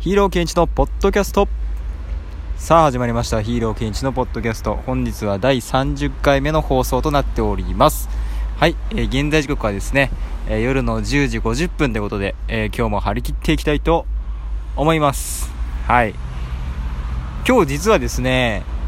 ヒーローケンイチのポッドキャスト。さあ始まりました、ヒーローケンイチのポッドキャスト。本日は第30回目の放送となっております。はい、現在時刻はですね、夜の10時50分ということで、今日も張り切っていきたいと思います。はい、今日実はですね、仕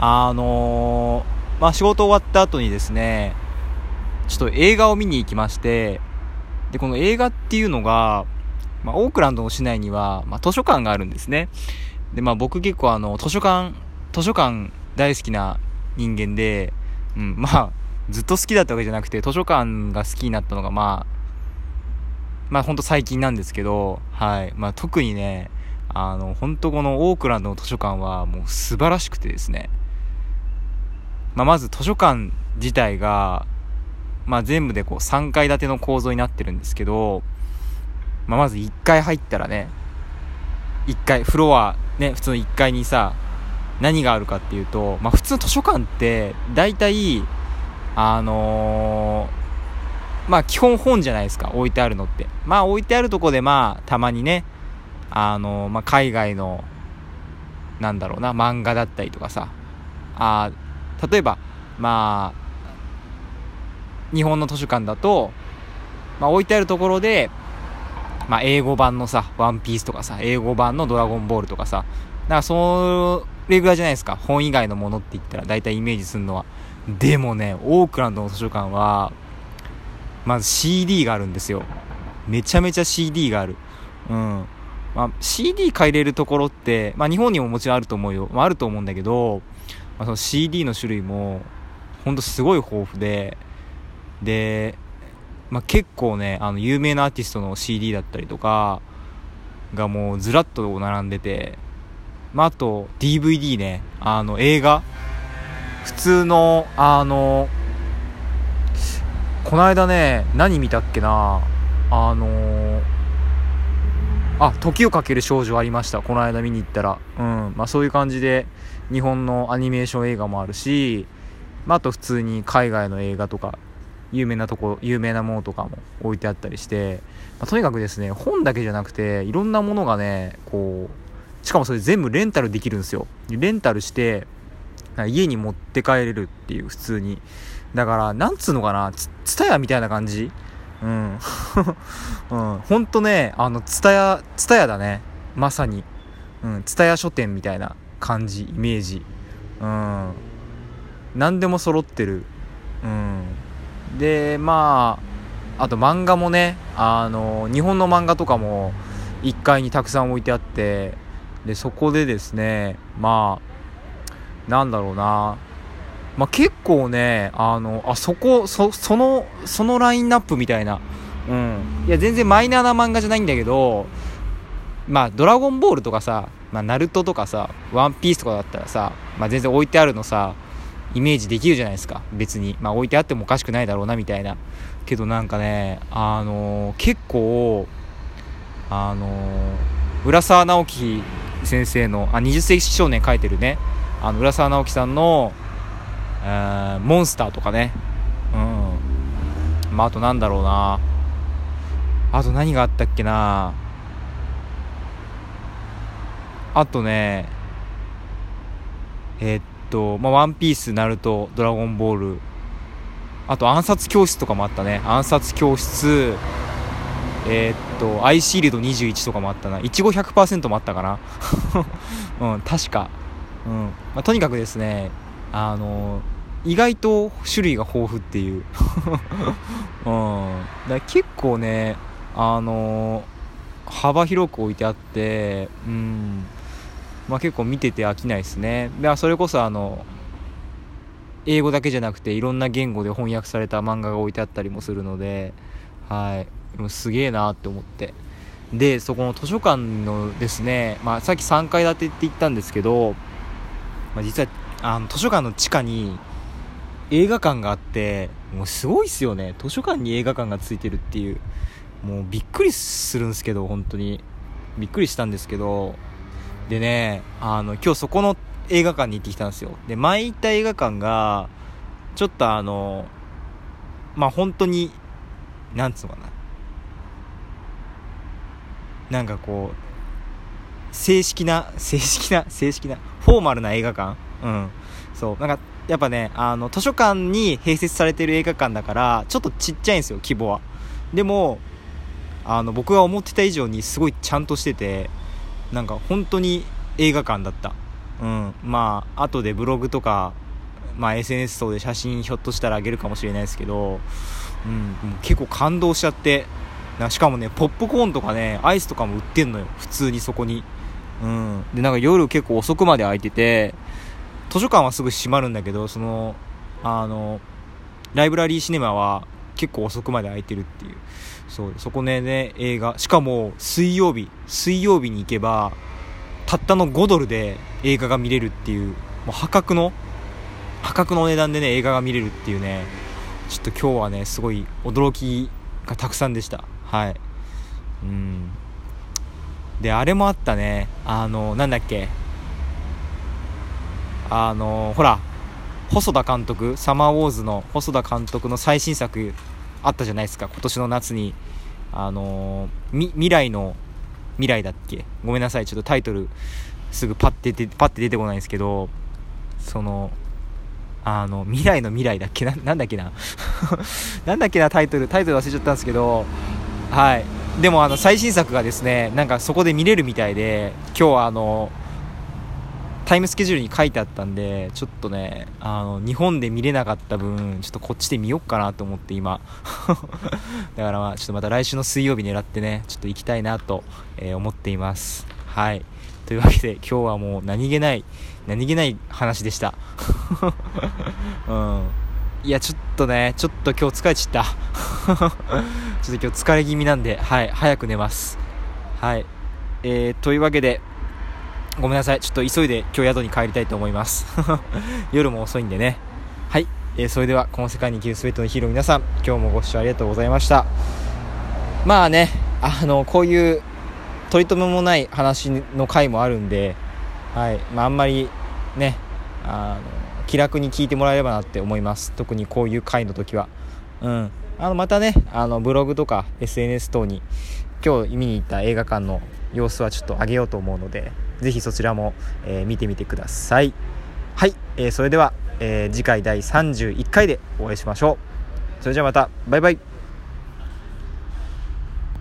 事終わった後にですね、ちょっと映画を見に行きまして、でこの映画っていうのが、オークランドの市内には、図書館があるんですね。で、僕結構図書館大好きな人間で、ずっと好きだったわけじゃなくて、図書館が好きになったのがほんと最近なんですけど、はい、特にね、本当このオークランドの図書館はもう素晴らしくてですね、まず図書館自体が、全部でこう3階建ての構造になってるんですけど、まず1階入ったらね、1階フロアね、普通の1階にさ、何があるかっていうと、普通の図書館って大体基本本じゃないですか、置いてあるのって。置いてあるとこでたまにね、海外の漫画だったりとかさ、例えば日本の図書館だと、置いてあるところで英語版のさワンピースとかさ、英語版のドラゴンボールとかさ、それぐらいじゃないですか、本以外のものって言ったら大体イメージするのは。でもね、オークランドの図書館はまず CD があるんですよ。めちゃめちゃ CD がある。CD 借りれるところって、日本にももちろんあると思うよ、あると思うんだけど、その CD の種類もほんとすごい豊富で、結構ね、有名なアーティストの CD だったりとかがもうずらっと並んでて、あと DVD ね、映画普通のこの間ね、何見たっけな、時をかける少女ありました、この間見に行ったら。そういう感じで日本のアニメーション映画もあるし、あと普通に海外の映画とか有名なものとかも置いてあったりして、とにかくですね、本だけじゃなくていろんなものがね、こうしかもそれ全部レンタルできるんですよ。レンタルして家に持って帰れるっていう、普通に。だからなんつうのかな、ツタヤみたいな感じ。ほんとね、ツタヤだね、まさに。ツタヤ書店みたいな感じ、イメージ。何でも揃ってる。であと漫画もね、日本の漫画とかも1階にたくさん置いてあって、でそこでですね、結構ね、そのラインナップみたいな、いや全然マイナーな漫画じゃないんだけど、ドラゴンボールとかさ、ナルトとかさ、ワンピースとかだったらさ、全然置いてあるのさイメージできるじゃないですか、別に。置いてあってもおかしくないだろうなみたいな。けどなんかね、結構浦沢直樹先生の20世紀少年書いてるね、浦沢直樹さんのモンスターとかね、あとあと何があったっけな、あとね、ワンピース、ナルト、ドラゴンボール、あと暗殺教室とかもあったね。暗殺教室、アイシールド21とかもあったな。いちご 100% もあったかな確か。とにかくですね、意外と種類が豊富っていうだ結構ね、幅広く置いてあって、結構見てて飽きないですね。それこそ英語だけじゃなくていろんな言語で翻訳された漫画が置いてあったりもするので、もうすげえなって思って。でそこの図書館のですね、さっき3階建てって言ったんですけど、実は図書館の地下に映画館があって、もうすごいっすよね、図書館に映画館がついてるっていう。もうびっくりするんですけど、本当にびっくりしたんですけど、でね、今日そこの映画館に行ってきたんですよ。で前行った映画館がちょっと本当になんつうのかな、なんかこう正式なフォーマルな映画館。そうなんかやっぱね、図書館に併設されている映画館だからちょっとちっちゃいんですよ、規模は。でも僕が思ってた以上にすごいちゃんとしてて、なんか本当に映画館だった。まあ後でブログとか、SNS 等で写真ひょっとしたらあげるかもしれないですけど、もう結構感動しちゃって、しかもね、ポップコーンとかね、アイスとかも売ってんのよ、普通にそこに。でなんか夜結構遅くまで空いてて、図書館はすぐ閉まるんだけど、ライブラリーシネマは結構遅くまで空いてるっていう。そこね、映画、しかも水曜日に行けばたったの$5で映画が見れるっていう、もう破格の値段でね映画が見れるっていうね、ちょっと今日はねすごい驚きがたくさんでした。はい。であれもあったね、なんだっけ、ほら細田監督、サマーウォーズの細田監督の最新作あったじゃないですか、今年の夏に。未来だっけ、ごめんなさい、ちょっとタイトルすぐパッて出てこないんですけど、未来の未来だっけな、なんだっけななんだっけな、タイトル忘れちゃったんですけど、はい。でも最新作がですね、なんかそこで見れるみたいで、今日はタイムスケジュールに書いてあったんで、ちょっとね日本で見れなかった分、ちょっとこっちで見よっかなと思って今だからちょっとまた来週の水曜日狙ってね、ちょっと行きたいなと、思っています。はい。というわけで今日はもう何気ない話でしたいやちょっと今日疲れちゃったちょっと今日疲れ気味なんで、はい、早く寝ます。はい。というわけでごめんなさい、ちょっと急いで今日宿に帰りたいと思います夜も遅いんでね。はい、それではこの世界に生きる全てのヒーロー皆さん、今日もご視聴ありがとうございました。まあね、こういう取り留めもない話の回もあるんで、はい、あんまりね気楽に聞いてもらえればなって思います。特にこういう回の時は。またねブログとか SNS 等に今日見に行った映画館の様子はちょっと上げようと思うので、ぜひそちらも、見てみてください。はい、それでは、次回第31回でお会いしましょう。それじゃあまた、バイバイ。